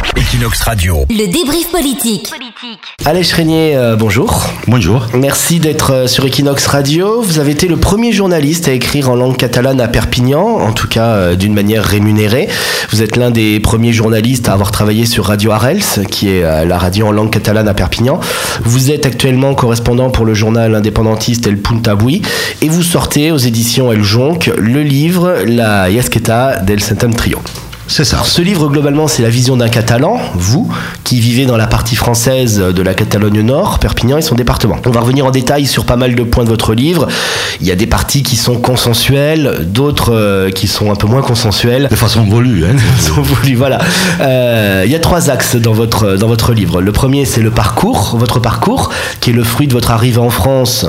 Equinox Radio. Le débrief politique. Aleix Régnier, bonjour. Bonjour. Merci d'être sur Equinox Radio. Vous avez été le premier journaliste à écrire en langue catalane à Perpignan, en tout cas d'une manière rémunérée. Vous êtes l'un des premiers journalistes à avoir travaillé sur Radio Arrels, qui est la radio en langue catalane à Perpignan. Vous êtes actuellement correspondant pour le journal indépendantiste El Punt Avui et vous sortez aux éditions El Jonc le livre La Iasqueta del Septentrió. C'est ça. Alors, ce livre, globalement, c'est la vision d'un Catalan, vous, qui vivez dans la partie française de la Catalogne Nord, Perpignan et son département. On va revenir en détail sur pas mal de points de votre livre. Il y a des parties qui sont consensuelles, d'autres qui sont un peu moins consensuelles. De façon voulue, hein. Voilà. Il y a 3 axes dans votre livre. Le premier, c'est votre parcours, qui est le fruit de votre arrivée en France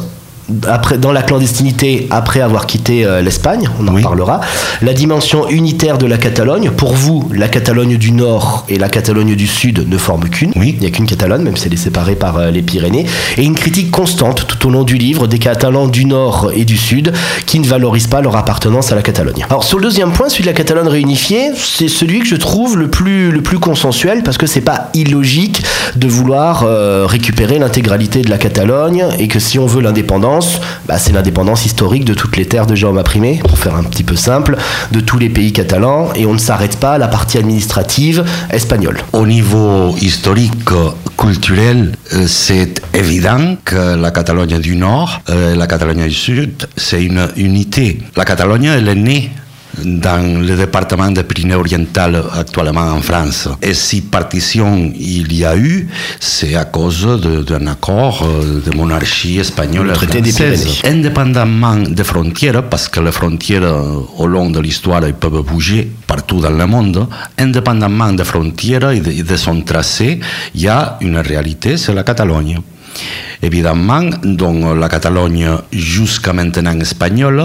dans la clandestinité après avoir quitté l'Espagne, on en parlera. La dimension unitaire de la Catalogne. Pour vous, la Catalogne du Nord et la Catalogne du Sud ne forment qu'une. Il n'y a qu'une Catalogne, même si elle est séparée par les Pyrénées. Et une critique constante tout au long du livre des Catalans du Nord et du Sud qui ne valorisent pas leur appartenance à la Catalogne. Alors sur le deuxième point, celui de la Catalogne réunifiée, c'est celui que je trouve le plus consensuel parce que c'est pas illogique de vouloir récupérer l'intégralité de la Catalogne et que si on veut l'indépendance, c'est l'indépendance historique de toutes les terres de Jaume I, pour faire un petit peu simple, de tous les pays catalans, et on ne s'arrête pas à la partie administrative espagnole. Au niveau historique, culturel, c'est évident que la Catalogne du Nord et la Catalogne du Sud, c'est une unité. La Catalogne, elle est née dans le département de Pyrénées-Orientales actuellement en France. Et si partition il y a eu, c'est à cause d'un accord de monarchie espagnole et traité des Pyrénées. Indépendamment des frontières, parce que les frontières au long de l'histoire ils peuvent bouger partout dans le monde, indépendamment des frontières et de son tracé, il y a une réalité, c'est la Catalogne. Évidemment, donc la Catalogne jusqu'à maintenant espagnole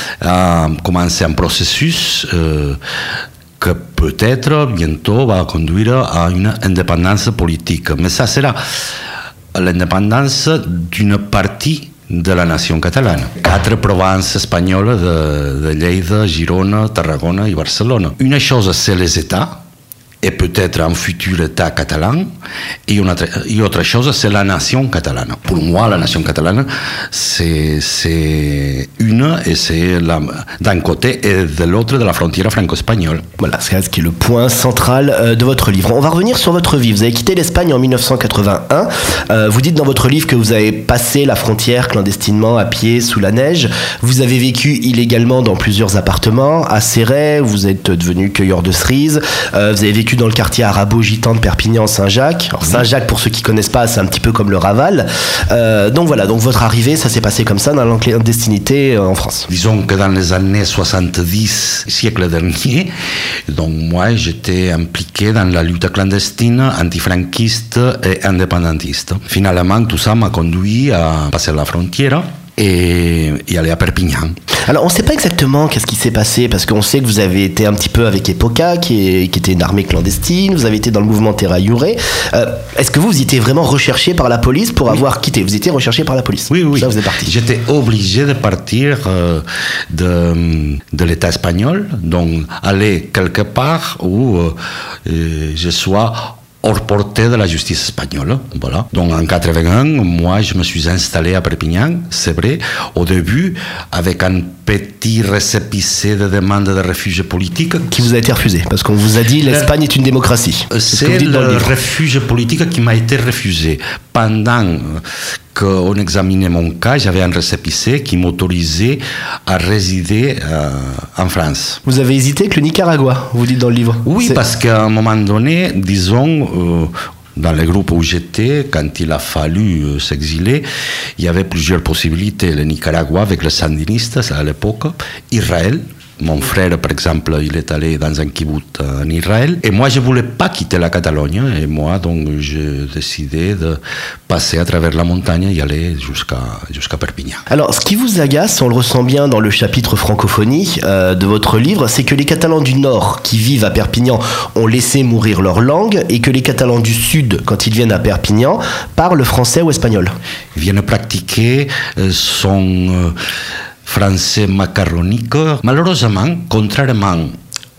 a commencé un processus que peut-être bientôt va conduire à une indépendance politique. Mais ça sera l'indépendance d'une partie de la nation catalane. 4 provinces espagnoles de Lleida, Girona, Tarragona et Barcelone. Une chose, c'est les États, et peut-être un futur État catalan, et autre chose, c'est la nation catalane. Pour moi, la nation catalane, c'est une, et c'est d'un côté et de l'autre de la frontière franco-espagnole. Voilà, c'est ce qui est le point central de votre livre. On va revenir sur votre vie. Vous avez quitté l'Espagne en 1981. Vous dites dans votre livre que vous avez passé la frontière clandestinement à pied sous la neige. Vous avez vécu illégalement dans plusieurs appartements. À Céret, vous êtes devenu cueilleur de cerises. Vous avez vécu dans le quartier arabo-gitan de Perpignan-Saint-Jacques. Alors Saint-Jacques, pour ceux qui connaissent pas, c'est un petit peu comme le Raval. Donc voilà, donc votre arrivée, ça s'est passé comme ça dans la clandestinité en France. Disons que dans les années 70, siècle dernier, donc moi j'étais impliqué dans la lutte clandestine, antifranquiste et indépendantiste. Finalement, tout ça m'a conduit à passer la frontière et aller à Perpignan. Alors on ne sait pas exactement qu'est-ce qui s'est passé, parce qu'on sait que vous avez été un petit peu avec EPOCA, qui était une armée clandestine, vous avez été dans le mouvement Terra Iure. Est-ce que vous étiez vraiment recherché par la police pour avoir quitté? Vous étiez recherché par la police? Oui. Ça, vous êtes parti. J'étais obligé de partir de l'État espagnol, donc aller quelque part où je sois hors portée de la justice espagnole. Voilà. Donc en 81, moi je me suis installé à Perpignan, c'est vrai, au début avec un petit récépissé de demande de refuge politique. Qui vous a été refusé, parce qu'on vous a dit l'Espagne est une démocratie. C'est le refuge politique qui m'a été refusé. Pendant qu'on examinait mon cas, j'avais un récépissé qui m'autorisait à résider en France. Vous avez hésité avec le Nicaragua, vous dites dans le livre? Oui, parce qu'à un moment donné, disons, dans le groupe où j'étais, quand il a fallu s'exiler, il y avait plusieurs possibilités. Le Nicaragua avec les sandinistes à l'époque, Israël. Mon frère, par exemple, il est allé dans un kibbutz en Israël. Et moi, je ne voulais pas quitter la Catalogne. Et moi, donc, j'ai décidé de passer à travers la montagne et aller jusqu'à Perpignan. Alors, ce qui vous agace, on le ressent bien dans le chapitre francophonie de votre livre, c'est que les Catalans du Nord qui vivent à Perpignan ont laissé mourir leur langue et que les Catalans du Sud, quand ils viennent à Perpignan, parlent français ou espagnol. Ils viennent pratiquer son français macaronique. Malheureusement, contrairement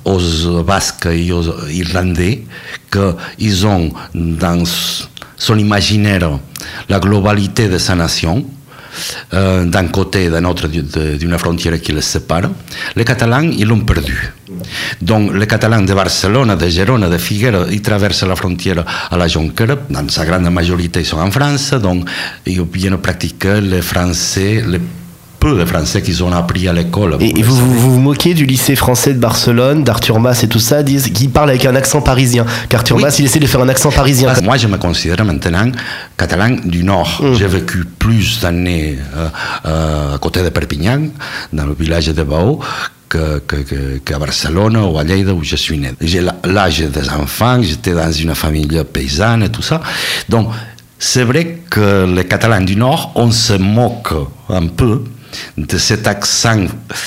aux Basques et aux Irlandais qu'ils ont dans son imaginaire la globalité de sa nation, d'un côté et d'un autre d'une frontière qui les sépare. Les Catalans, ils l'ont perdu. Donc les Catalans de Barcelone, de Gérone, de Figueres, ils traversent la frontière à la Jonquera. Dans sa grande majorité, ils sont en France, donc ils viennent pratiquer le français, peu de français qu'ils ont appris à l'école. Et vous moquez du lycée français de Barcelone, d'Arthur Mas et tout ça, qui parle avec un accent parisien. Qu'Arthur Mas, il essaie de faire un accent parisien. Moi, je me considère maintenant catalan du Nord. J'ai vécu plus d'années à côté de Perpignan, dans le village de Baó, qu'à Barcelone ou à Lleida où je suis né. J'ai l'âge des enfants, j'étais dans une famille paysanne et tout ça. Donc, c'est vrai que les Catalans du Nord, on se moque un peu de cet accent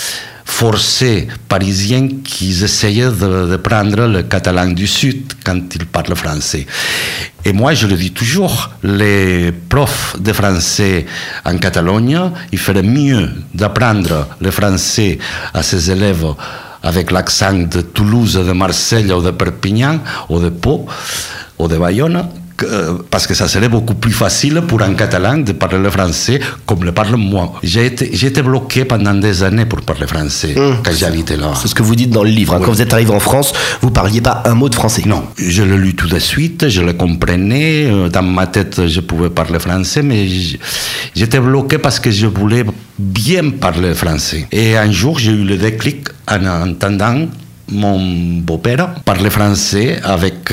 forcé parisien qu'ils essayaient de prendre le catalan du Sud quand ils parlent français. Et moi, je le dis toujours, les profs de français en Catalogne, il ferait mieux d'apprendre le français à ses élèves avec l'accent de Toulouse, de Marseille ou de Perpignan, ou de Pau, ou de Bayonne, parce que ça serait beaucoup plus facile pour un catalan de parler le français comme le parle moi. J'ai été bloqué pendant des années pour parler français quand j'habitais là. C'est ce que vous dites dans le livre. Oui. Quand vous êtes arrivé en France, vous ne parliez pas un mot de français. Non, je le lu tout de suite, je le comprenais. Dans ma tête, je pouvais parler français, mais j'étais bloqué parce que je voulais bien parler français. Et un jour, j'ai eu le déclic en entendant mon beau-père parlait français avec,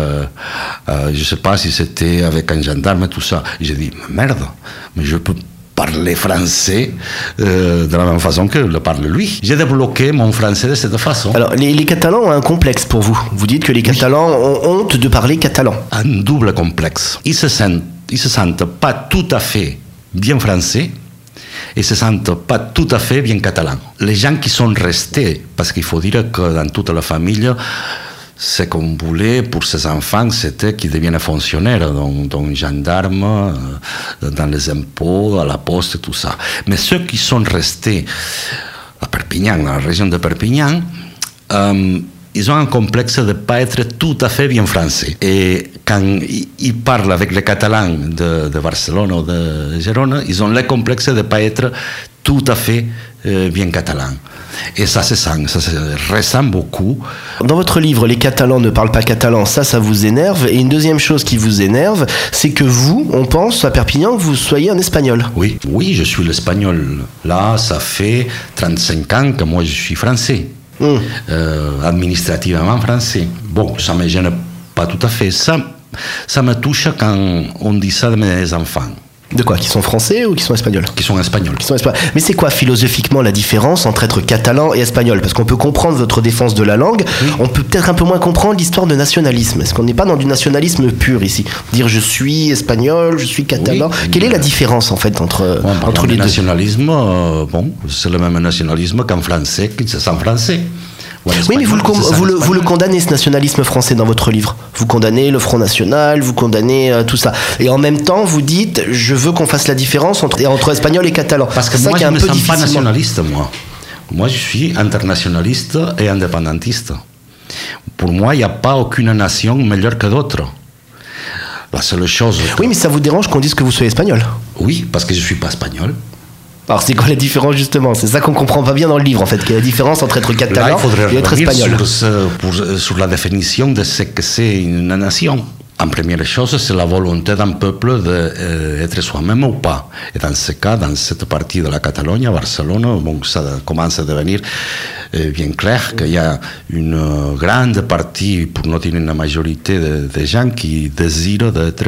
je ne sais pas si c'était avec un gendarme, tout ça. Et j'ai dit, merde, mais je peux parler français de la même façon que le parle lui. J'ai débloqué mon français de cette façon. Alors, les Catalans ont un complexe pour vous. Vous dites que les Catalans ont honte de parler catalan. Un double complexe. Ils se sentent pas tout à fait bien français, et se sentent pas tout à fait bien catalans. Les gens qui sont restés, parce qu'il faut dire que dans toute la famille, ce qu'on voulait pour ses enfants, c'était qu'ils deviennent fonctionnaires, donc gendarmes, dans les impôts, à la poste, et tout ça. Mais ceux qui sont restés à Perpignan, dans la région de Perpignan, ils ont un complexe de ne pas être tout à fait bien français. Et quand ils parlent avec les Catalans de Barcelone ou de Gérone, ils ont le complexe de ne pas être tout à fait bien catalan. Et ça se sent, ça se ressent beaucoup. Dans votre livre, les Catalans ne parlent pas catalan, ça vous énerve. Et une deuxième chose qui vous énerve, c'est que vous, on pense à Perpignan, que vous soyez un Espagnol. Oui, je suis l'espagnol. Là, ça fait 35 ans que moi je suis français. Administrativement français. Bon, ça ne me gêne pas tout à fait. Ça me touche quand on dit ça de mes enfants. De quoi? Qui sont français ou qui sont espagnols? Qui sont espagnols. Mais c'est quoi philosophiquement la différence entre être catalan et espagnol? Parce qu'on peut comprendre votre défense de la langue, on peut peut-être un peu moins comprendre l'histoire de nationalisme. Est-ce qu'on n'est pas dans du nationalisme pur ici? Dire je suis espagnol, je suis catalan. Quelle est la différence en fait entre les deux? Le nationalisme, c'est le même nationalisme qu'un français qui se sent français. Oui, mais vous le condamnez, ce nationalisme français, dans votre livre. Vous condamnez le Front National, vous condamnez tout ça. Et en même temps, vous dites, je veux qu'on fasse la différence entre espagnol et catalan. Parce que moi, je ne me sens pas nationaliste, moi. Moi, je suis internationaliste et indépendantiste. Pour moi, il n'y a pas aucune nation meilleure que d'autres. La seule chose... Oui, mais ça vous dérange qu'on dise que vous soyez espagnol? Oui, parce que je ne suis pas espagnol. Alors c'est quoi la différence justement? C'est ça qu'on comprend pas bien dans le livre en fait, quelle est la différence entre être catalan et être espagnol. Sur la définition de ce que c'est une nation. En première chose, c'est la volonté d'un peuple d'être soi-même ou pas. Et dans ce cas, dans cette partie de la Catalogne, à Barcelone, ça commence à devenir bien clair qu'il y a une grande partie, pour ne dire une majorité de gens qui désirent d'être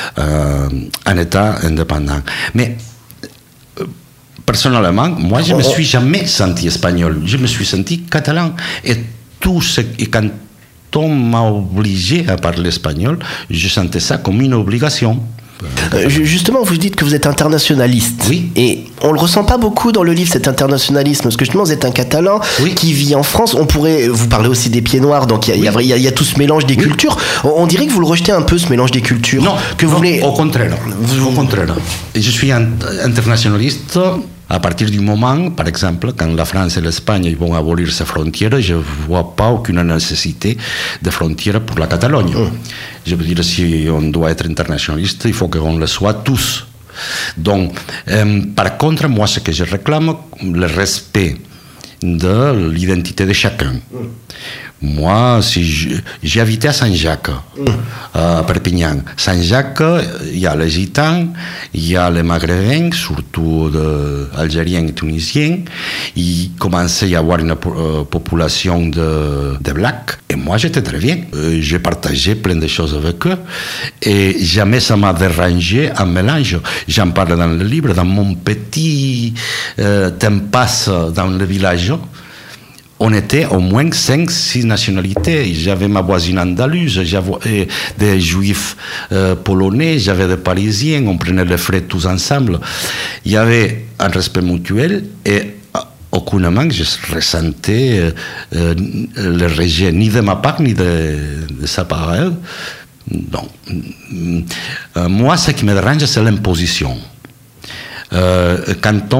un État indépendant. Mais personnellement, moi, je ne me suis jamais senti espagnol. Je me suis senti catalan. Et quand on m'a obligé à parler espagnol, je sentais ça comme une obligation. Justement, vous dites que vous êtes internationaliste. Oui. Et on le ressent pas beaucoup dans le livre, cet internationalisme. Parce que justement, vous êtes un Catalan qui vit en France. On pourrait vous parler aussi des Pieds Noirs. Donc il y a tout ce mélange des cultures. On dirait que vous le rejetez un peu, ce mélange des cultures. Non, que vous voulez... au contraire. Au contraire. Je suis internationaliste. À partir du moment, par exemple, quand la France et l'Espagne vont abolir ses frontières, je ne vois pas aucune nécessité de frontières pour la Catalogne. Je veux dire, si on doit être internationaliste, il faut qu'on le soit tous. Donc, par contre, moi, ce que je réclame, le respect de l'identité de chacun. Moi, si j'ai habité à Saint-Jacques, à Perpignan. Saint-Jacques, il y a les Gitans, il y a les Maghrébins, surtout algériens et tunisiens. Il commençait à y avoir une population de Blacks. Et moi, j'étais très bien. J'ai partagé plein de choses avec eux. Et jamais ça m'a dérangé un mélange. J'en parle dans le livre, dans mon petit impasse dans le village. On était au moins 5-6 nationalités. J'avais ma voisine andalouse, j'avais des juifs polonais, j'avais des parisiens, on prenait les frais tous ensemble. Il y avait un respect mutuel et aucunement je ressentais le rejet ni de ma part ni de sa part. Donc, moi, ce qui me dérange, c'est l'imposition. Quand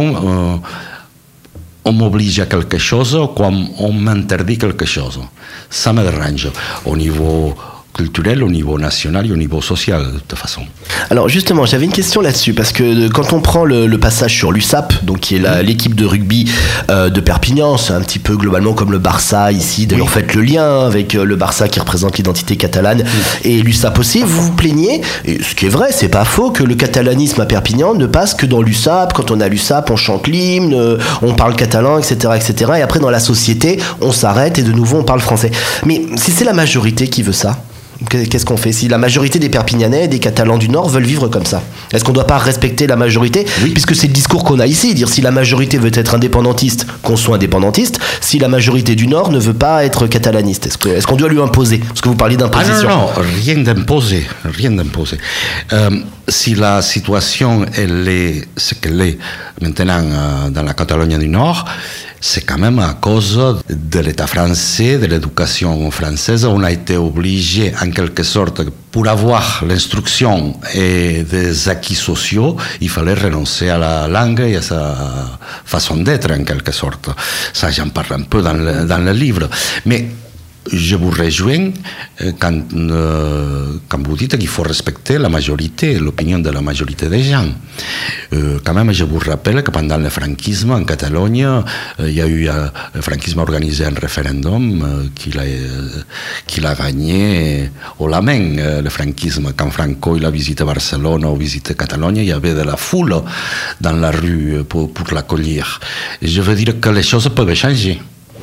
on m'oblige à quelque chose, quand on m'interdit quelque chose. Ça me dérange au niveau culturel, au niveau national et au niveau social, de toute façon. Alors justement, j'avais une question là-dessus, parce que quand on prend le passage sur l'USAP, donc qui est l'équipe de rugby de Perpignan, c'est un petit peu globalement comme le Barça ici, d'ailleurs faites le lien avec le Barça qui représente l'identité catalane, et l'USAP aussi, vous vous plaignez, et ce qui est vrai, c'est pas faux, que le catalanisme à Perpignan ne passe que dans l'USAP. Quand on a l'USAP, on chante l'hymne, on parle catalan, etc., etc., et après dans la société, on s'arrête et de nouveau on parle français. Mais si c'est la majorité qui veut ça, qu'est-ce qu'on fait si la majorité des Perpignanais et des Catalans du Nord veulent vivre comme ça? Est-ce qu'on ne doit pas respecter la majorité? Puisque c'est le discours qu'on a ici, dire si la majorité veut être indépendantiste, qu'on soit indépendantiste, si la majorité du Nord ne veut pas être catalaniste. Est-ce qu'on doit lui imposer? Parce que vous parlez d'imposition. Ah non, rien d'imposer, rien d'imposer. Si la situation elle est ce qu'elle est maintenant dans la Catalogne du Nord, c'est quand même à cause de l'État français, de l'éducation française. On a été obligé, en quelque sorte, pour avoir l'instruction et des acquis sociaux, il fallait renoncer à la langue et à sa façon d'être, en quelque sorte. Ça, j'en parle un peu dans le livre. Mais je vous rejoins quand vous dites qu'il faut respecter la majorité, l'opinion de la majorité des gens. Quand même, je vous rappelle que pendant le franquisme en Catalogne, il y a eu le franquisme organisé un référendum qu'il a gagné au la main, le franquisme. Quand Franco il a visité Barcelone ou visité Catalogne, il y avait de la foule dans la rue pour l'accueillir. Je veux dire que les choses peuvent changer.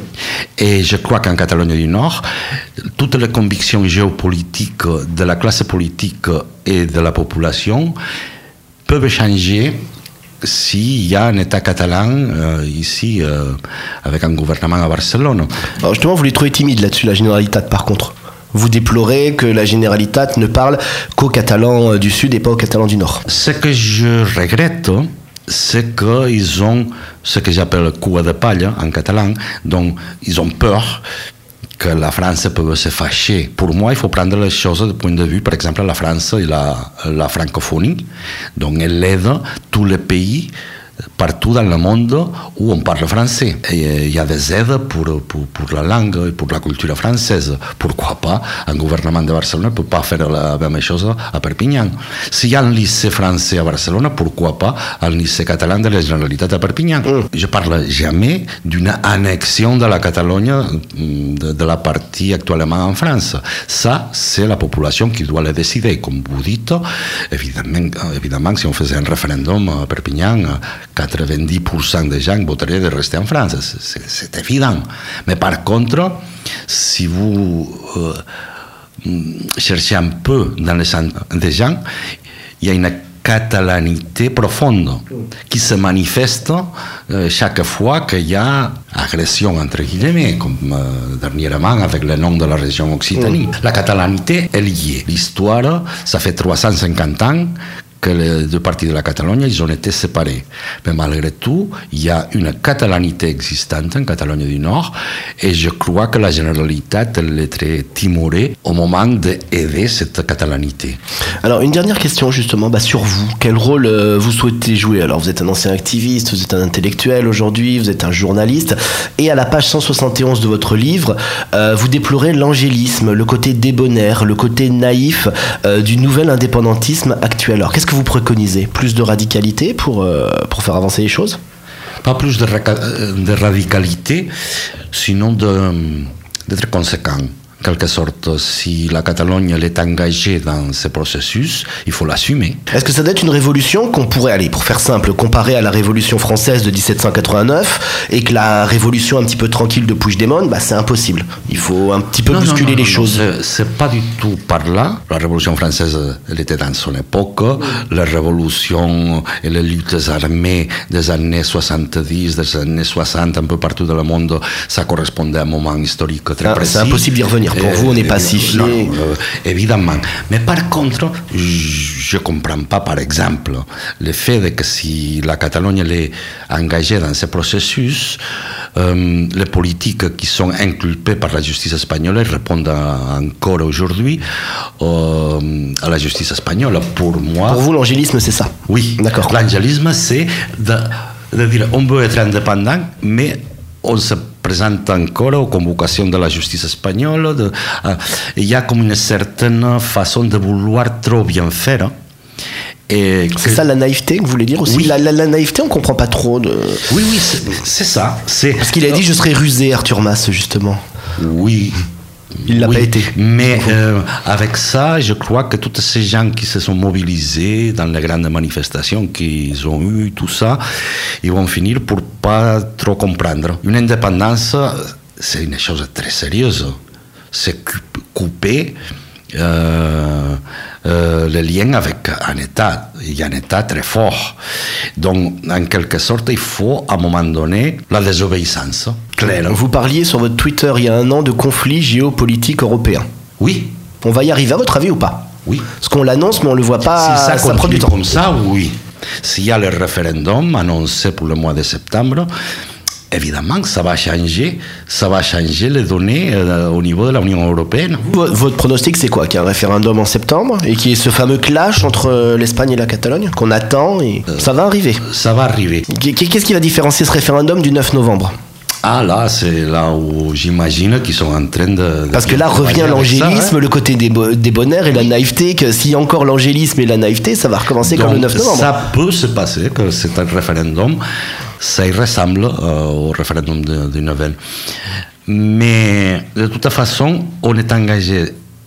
Et je crois qu'en Catalogne du Nord, toutes les convictions géopolitiques de la classe politique et de la population peuvent changer s'il y a un État catalan ici, avec un gouvernement à Barcelone. Alors justement, vous les trouvez timides là-dessus, la Generalitat, par contre. Vous déplorez que la Generalitat ne parle qu'aux Catalans du Sud et pas aux Catalans du Nord. Ce que je regrette, c'est qu'ils ont ce que j'appelle cua de paille en catalan, donc ils ont peur que la France peut se fâcher. Pour moi, il faut prendre les choses du point de vue, par exemple, la France et la francophonie, donc elle aide tous les pays partout dans le monde où on parle français. Et il y a des aides pour la langue et pour la culture française. Pourquoi pas un gouvernement de Barcelone ne peut pas faire la même chose à Perpignan? S'il y a un lycée français à Barcelone, pourquoi pas un lycée catalan de la Generalitat à Perpignan? Je ne parle jamais d'une annexion de la Catalogne de la partie actuellement en France. Ça, c'est la population qui doit le décider. Comme vous dites, évidemment, si on faisait un référendum à Perpignan, 90% des gens voteraient de rester en France, c'est évident. Mais par contre, si vous cherchez un peu dans les sens des gens, il y a une catalanité profonde qui se manifeste chaque fois qu'il y a agression, entre guillemets, comme dernièrement avec le nom de la région Occitanie. La catalanité est liée. L'histoire, ça fait 350 ans que les deux parties de la Catalogne, ils ont été séparés. Mais malgré tout, il y a une catalanité existante en Catalogne du Nord, et je crois que la Généralité, elle est très timorée au moment d'aider cette catalanité. Alors, une dernière question justement sur vous. Quel rôle vous souhaitez jouer? Alors, vous êtes un ancien activiste, vous êtes un intellectuel aujourd'hui, vous êtes un journaliste, et à la page 171 de votre livre, vous déplorez l'angélisme, le côté débonnaire, le côté naïf du nouvel indépendantisme actuel. Alors, qu'est-ce que vous préconisez? Plus de radicalité pour faire avancer les choses? Pas plus de radicalité, sinon d'être conséquent. En quelque sorte, si la Catalogne elle est engagée dans ce processus, il faut l'assumer. Est-ce que ça doit être une révolution qu'on pourrait, aller pour faire simple, comparer à la Révolution française de 1789, et que la révolution un petit peu tranquille de Puigdemont, c'est impossible. Il faut un petit peu bousculer les choses. C'est pas du tout par là. La Révolution française, elle était dans son époque. La révolution et les luttes armées des années 70, des années 60, un peu partout dans le monde, ça correspondait à un moment historique très précis. C'est impossible d'y revenir. Pour vous, on est pacifié. Évidemment. Mais par contre, je ne comprends pas, par exemple, le fait que si la Catalogne est engagée dans ce processus, les politiques qui sont inculpées par la justice espagnole répondent encore aujourd'hui à la justice espagnole. Pour moi... Pour vous, l'angélisme, c'est ça? Oui. D'accord. L'angélisme, c'est de dire on veut être indépendant, mais on se présente encore aux convocations de la justice espagnole. Il y a comme une certaine façon de vouloir trop bien faire. C'est ça la naïveté que vous voulez dire aussi? Oui. La naïveté, on ne comprend pas trop. Oui, c'est ça. Parce qu'il a dit je serai rusé, Arthur Mas, justement. Oui. Il l'a pas été. Mais avec ça, je crois que tous ces gens qui se sont mobilisés dans les grandes manifestations qu'ils ont eues, tout ça, ils vont finir pour pas trop comprendre. Une indépendance, c'est une chose très sérieuse. C'est couper le lien avec un État. Il y a un État très fort. Donc, en quelque sorte, il faut, à un moment donné, la désobéissance. Claire. Vous parliez sur votre Twitter il y a un an de conflit géopolitique européen. Oui. On va y arriver, à votre avis, ou pas? Oui. Parce qu'on l'annonce, mais on ne le voit pas. Si ça prend du temps. Comme ça, oui. S'il y a le référendum annoncé pour le mois de septembre, évidemment, ça va changer les données au niveau de l'Union européenne. Votre pronostic, c'est quoi? Qu'il y ait un référendum en septembre et qu'il y ait ce fameux clash entre l'Espagne et la Catalogne qu'on attend et ça va arriver. Ça va arriver. Qu'est-ce qui va différencier ce référendum du 9 novembre? Ah là, c'est là où j'imagine qu'ils sont en train de... Parce que là revient l'angélisme, le côté débonnaire et la naïveté, que s'il y a encore l'angélisme et la naïveté, ça va recommencer comme le 9 novembre. Ça peut se passer, que c'est un référendum, ça y ressemble au référendum de Noël. Mais de toute façon, on est engagé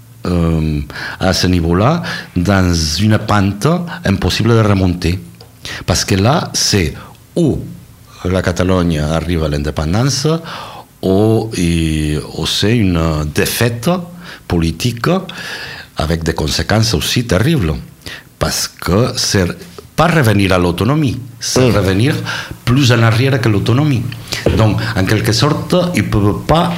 à ce niveau-là dans une pente impossible de remonter. Parce que là, c'est où la Catalogne arrive à l'indépendance ou c'est une défaite politique avec des conséquences aussi terribles. Parce que c'est pas revenir à l'autonomie, c'est revenir plus en arrière que l'autonomie. Donc, en quelque sorte, ils ne peuvent pas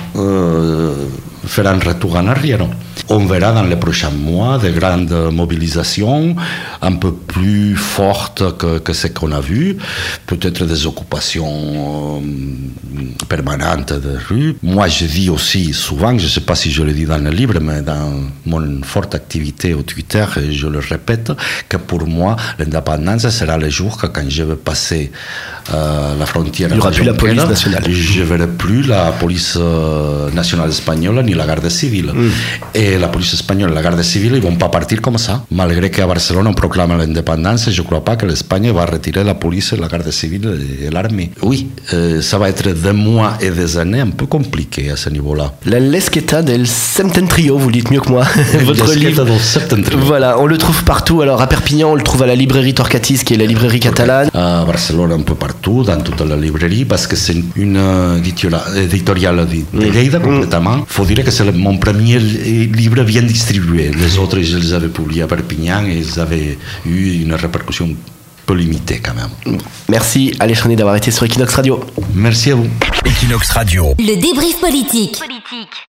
faire un retour en arrière. On verra dans les prochains mois des grandes mobilisations un peu plus fortes que ce qu'on a vu, peut-être des occupations permanentes de rue. Moi, je dis aussi souvent, je ne sais pas si je le dis dans le livre, mais dans mon forte activité au Twitter, je le répète, que pour moi, l'indépendance sera le jour que quand je vais passer la frontière, il n'y aura plus la police nationale. Je ne verrai plus la police nationale espagnole ni la garde civile. Et la police espagnole et la garde civile, ils ne vont pas partir comme ça. Malgré qu'à Barcelone, on proclame l'indépendance, je ne crois pas que l'Espagne va retirer la police, la garde civile et l'armée. Oui, ça va être des mois et des années un peu compliqués à ce niveau-là. La L'esqueta del Septentrio, vous le dites mieux que moi. Votre livre. Voilà, on le trouve partout. Alors à Perpignan, on le trouve à la librairie Torcatis, qui est la librairie catalane. À Barcelone, un peu partout, dans toute la librairie, parce que c'est une éditoriale de Lleida, complètement. Il faut dire que c'est mon premier livre bien distribué. Les autres, je les avais publiés à Perpignan et ils avaient eu une répercussion peu limitée quand même. Merci Alexandre d'avoir été sur Equinox Radio. Merci à vous. Equinox Radio. Le débrief politique.